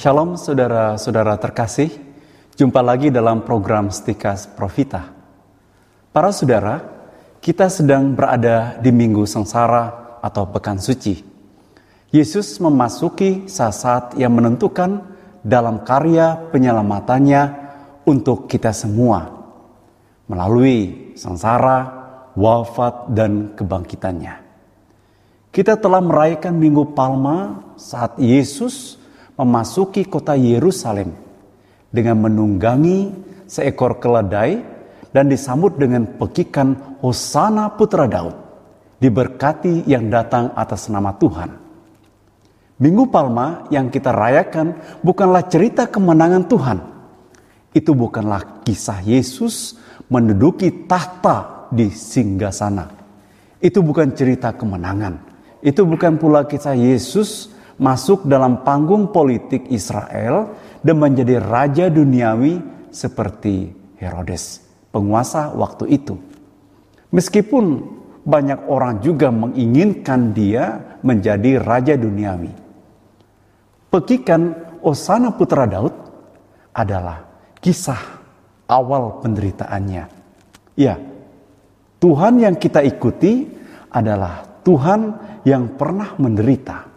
Shalom saudara-saudara terkasih, jumpa lagi dalam program Stikas Profita. Para saudara, kita sedang berada di Minggu Sengsara atau Pekan Suci. Yesus memasuki saat-saat yang menentukan dalam karya penyelamatannya untuk kita semua, melalui sengsara, wafat, dan kebangkitannya. Kita telah merayakan Minggu Palma saat Yesus memasuki kota Yerusalem dengan menunggangi seekor keledai dan disambut dengan pekikan Hosana Putra Daud, diberkati yang datang atas nama Tuhan. Minggu Palma yang kita rayakan bukanlah cerita kemenangan Tuhan. Itu bukanlah kisah Yesus menduduki tahta di singgasana. Itu bukan cerita kemenangan. Itu bukan pula kisah Yesus masuk dalam panggung politik Israel dan menjadi raja duniawi seperti Herodes, penguasa waktu itu. Meskipun banyak orang juga menginginkan dia menjadi raja duniawi. Pekikan Hosana Putra Daud adalah kisah awal penderitaannya. Ya, Tuhan yang kita ikuti adalah Tuhan yang pernah menderita.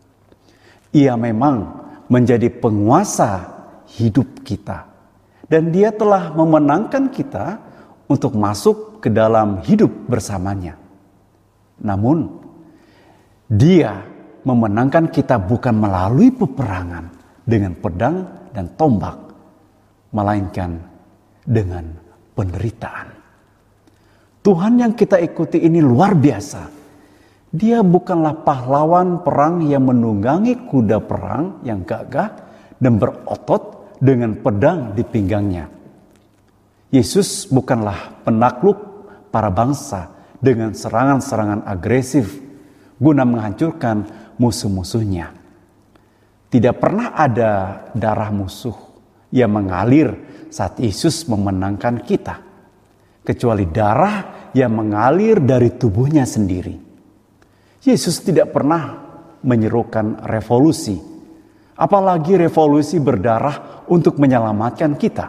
Ia memang menjadi penguasa hidup kita. Dan dia telah memenangkan kita untuk masuk ke dalam hidup bersamanya. Namun, dia memenangkan kita bukan melalui peperangan dengan pedang dan tombak, melainkan dengan penderitaan. Tuhan yang kita ikuti ini luar biasa. Dia bukanlah pahlawan perang yang menunggangi kuda perang yang gagah dan berotot dengan pedang di pinggangnya. Yesus bukanlah penakluk para bangsa dengan serangan-serangan agresif guna menghancurkan musuh-musuhnya. Tidak pernah ada darah musuh yang mengalir saat Yesus memenangkan kita, kecuali darah yang mengalir dari tubuhnya sendiri. Yesus tidak pernah menyerukan revolusi, apalagi revolusi berdarah untuk menyelamatkan kita.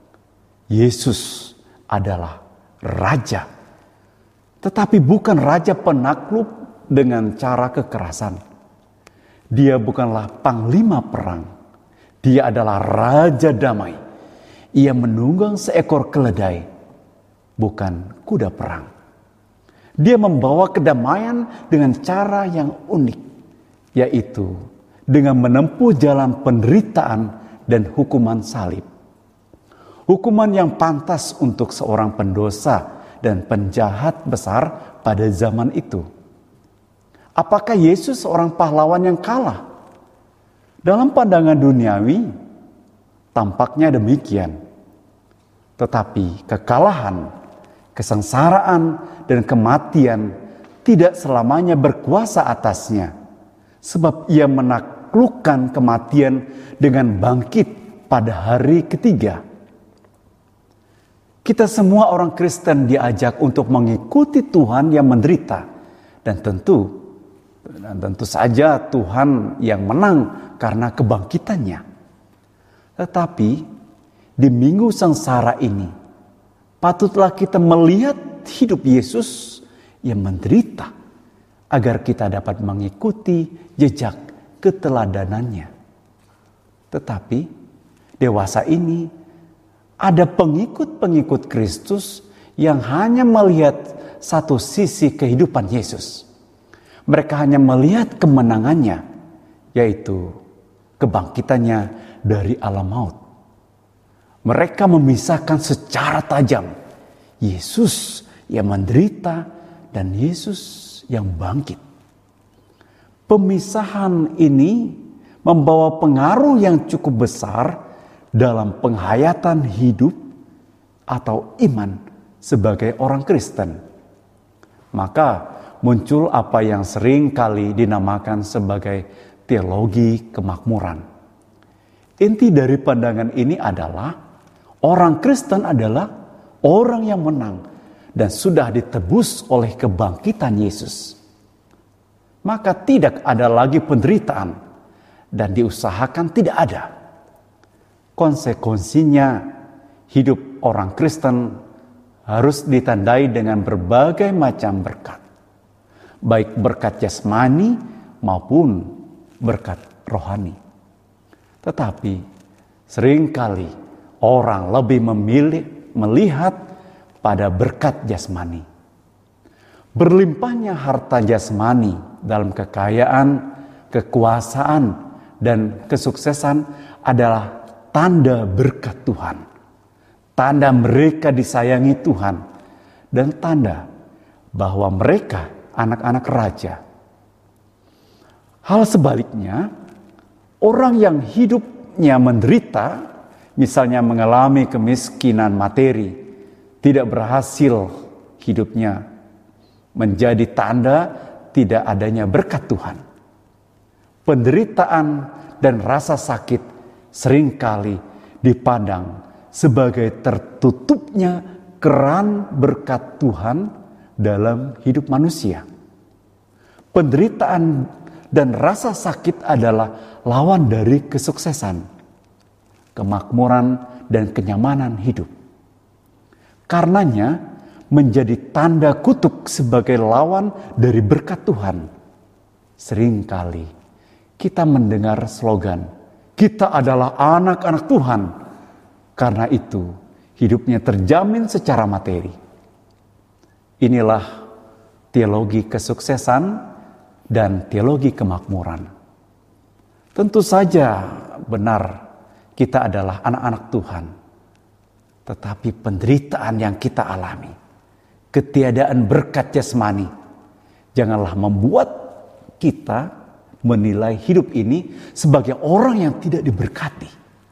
Yesus adalah raja, tetapi bukan raja penakluk dengan cara kekerasan. Dia bukanlah panglima perang, dia adalah raja damai. Ia menunggang seekor keledai, bukan kuda perang. Dia membawa kedamaian dengan cara yang unik, yaitu dengan menempuh jalan penderitaan dan hukuman salib. Hukuman yang pantas untuk seorang pendosa dan penjahat besar pada zaman itu. Apakah Yesus seorang pahlawan yang kalah? Dalam pandangan duniawi, tampaknya demikian. Tetapi kekalahan, kesengsaraan, dan kematian tidak selamanya berkuasa atasnya. Sebab ia menaklukkan kematian dengan bangkit pada hari ketiga. Kita semua orang Kristen diajak untuk mengikuti Tuhan yang menderita. Dan tentu saja Tuhan yang menang karena kebangkitannya. Tetapi di Minggu Sengsara ini, patutlah kita melihat hidup Yesus yang menderita agar kita dapat mengikuti jejak keteladanannya. Tetapi dewasa ini ada pengikut-pengikut Kristus yang hanya melihat satu sisi kehidupan Yesus. Mereka hanya melihat kemenangannya, yaitu kebangkitannya dari alam maut. Mereka memisahkan secara tajam Yesus yang menderita dan Yesus yang bangkit. Pemisahan ini membawa pengaruh yang cukup besar dalam penghayatan hidup atau iman sebagai orang Kristen. Maka muncul apa yang sering kali dinamakan sebagai teologi kemakmuran. Inti dari pandangan ini adalah orang Kristen adalah orang yang menang dan sudah ditebus oleh kebangkitan Yesus. Maka tidak ada lagi penderitaan dan diusahakan tidak ada. Konsekuensinya, hidup orang Kristen harus ditandai dengan berbagai macam berkat, baik berkat jasmani maupun berkat rohani. Tetapi seringkali orang lebih memilih melihat pada berkat jasmani. Berlimpahnya harta jasmani dalam kekayaan, kekuasaan, dan kesuksesan adalah tanda berkat Tuhan, tanda mereka disayangi Tuhan, dan tanda bahwa mereka anak-anak raja. Hal sebaliknya, orang yang hidupnya menderita, misalnya mengalami kemiskinan materi, tidak berhasil hidupnya, menjadi tanda tidak adanya berkat Tuhan. Penderitaan dan rasa sakit seringkali dipandang sebagai tertutupnya keran berkat Tuhan dalam hidup manusia. Penderitaan dan rasa sakit adalah lawan dari kesuksesan, kemakmuran, dan kenyamanan hidup. Karenanya menjadi tanda kutuk sebagai lawan dari berkat Tuhan. Seringkali kita mendengar slogan, "Kita adalah anak-anak Tuhan." Karena itu, hidupnya terjamin secara materi. Inilah teologi kesuksesan dan teologi kemakmuran. Tentu saja benar kita adalah anak-anak Tuhan. Tetapi penderitaan yang kita alami, ketiadaan berkat jasmani, janganlah membuat kita menilai hidup ini sebagai orang yang tidak diberkati.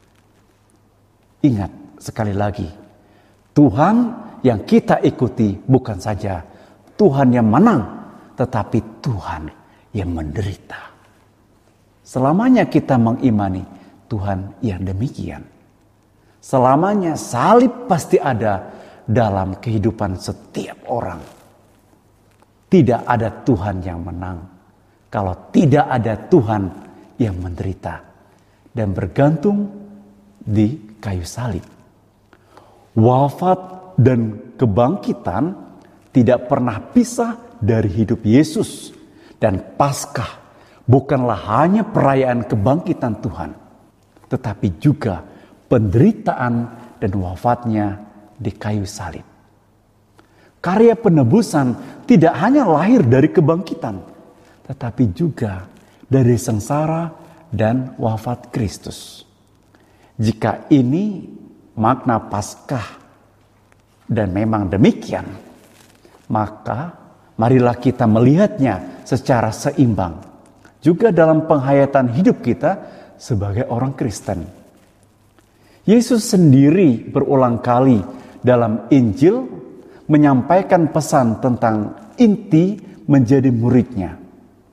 Ingat sekali lagi, Tuhan yang kita ikuti bukan saja Tuhan yang menang, tetapi Tuhan yang menderita. Selamanya kita mengimani Tuhan yang demikian. Selamanya salib pasti ada dalam kehidupan setiap orang. Tidak ada Tuhan yang menang kalau tidak ada Tuhan yang menderita dan bergantung di kayu salib. Wafat dan kebangkitan tidak pernah pisah dari hidup Yesus, dan Paskah bukanlah hanya perayaan kebangkitan Tuhan, tetapi juga penderitaan dan wafatnya di kayu salib. Karya penebusan tidak hanya lahir dari kebangkitan, tetapi juga dari sengsara dan wafat Kristus. Jika ini makna Paskah dan memang demikian, maka marilah kita melihatnya secara seimbang juga dalam penghayatan hidup kita sebagai orang Kristen. Yesus sendiri berulang kali dalam Injil menyampaikan pesan tentang inti menjadi muridnya.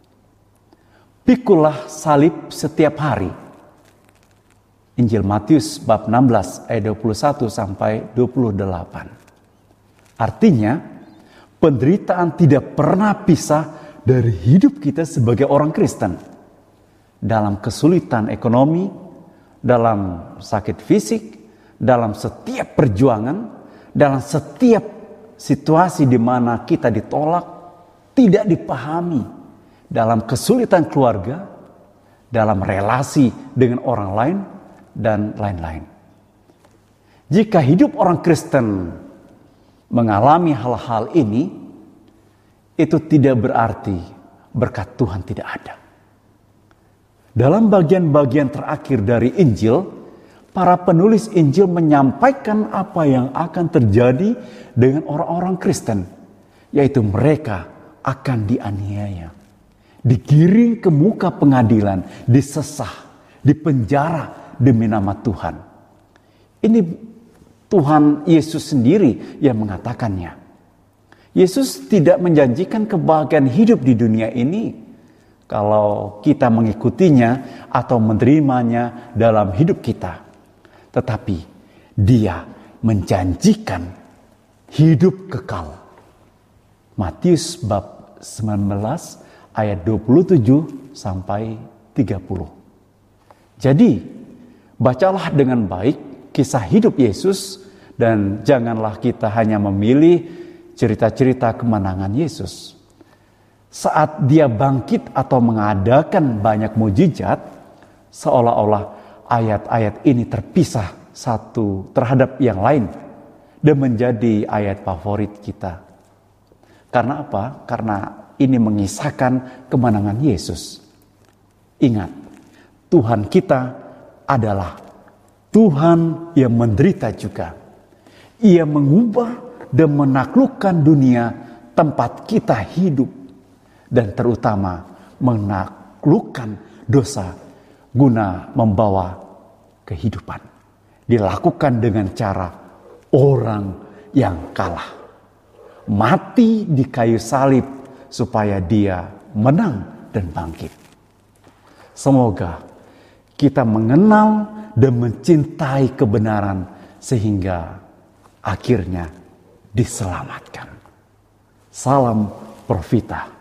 Pikulah salib setiap hari. Injil Matius bab 16 ayat 21 sampai 28. Artinya, penderitaan tidak pernah pisah dari hidup kita sebagai orang Kristen. Dalam kesulitan ekonomi, dalam sakit fisik, dalam setiap perjuangan, dalam setiap situasi di mana kita ditolak, tidak dipahami, dalam kesulitan keluarga, dalam relasi dengan orang lain, dan lain-lain. Jika hidup orang Kristen mengalami hal-hal ini, itu tidak berarti berkat Tuhan tidak ada. Dalam bagian-bagian terakhir dari Injil, para penulis Injil menyampaikan apa yang akan terjadi dengan orang-orang Kristen, yaitu mereka akan dianiaya, digiring ke muka pengadilan, disesah, dipenjara demi nama Tuhan. Ini Tuhan Yesus sendiri yang mengatakannya. Yesus tidak menjanjikan kebahagiaan hidup di dunia ini kalau kita mengikutinya atau menerimanya dalam hidup kita. Tetapi Dia menjanjikan hidup kekal. Matius bab 19 ayat 27 sampai 30. Jadi, bacalah dengan baik kisah hidup Yesus dan janganlah kita hanya memilih cerita-cerita kemenangan Yesus. Saat dia bangkit atau mengadakan banyak mujizat, seolah-olah ayat-ayat ini terpisah satu terhadap yang lain dan menjadi ayat favorit kita. Karena apa? Karena ini mengisahkan kemenangan Yesus. Ingat, Tuhan kita adalah Tuhan yang menderita juga. Ia mengubah dan menaklukkan dunia tempat kita hidup. Dan terutama menaklukkan dosa guna membawa kehidupan. Dilakukan dengan cara orang yang kalah. Mati di kayu salib supaya dia menang dan bangkit. Semoga kita mengenal dan mencintai kebenaran sehingga akhirnya diselamatkan. Salam Profita.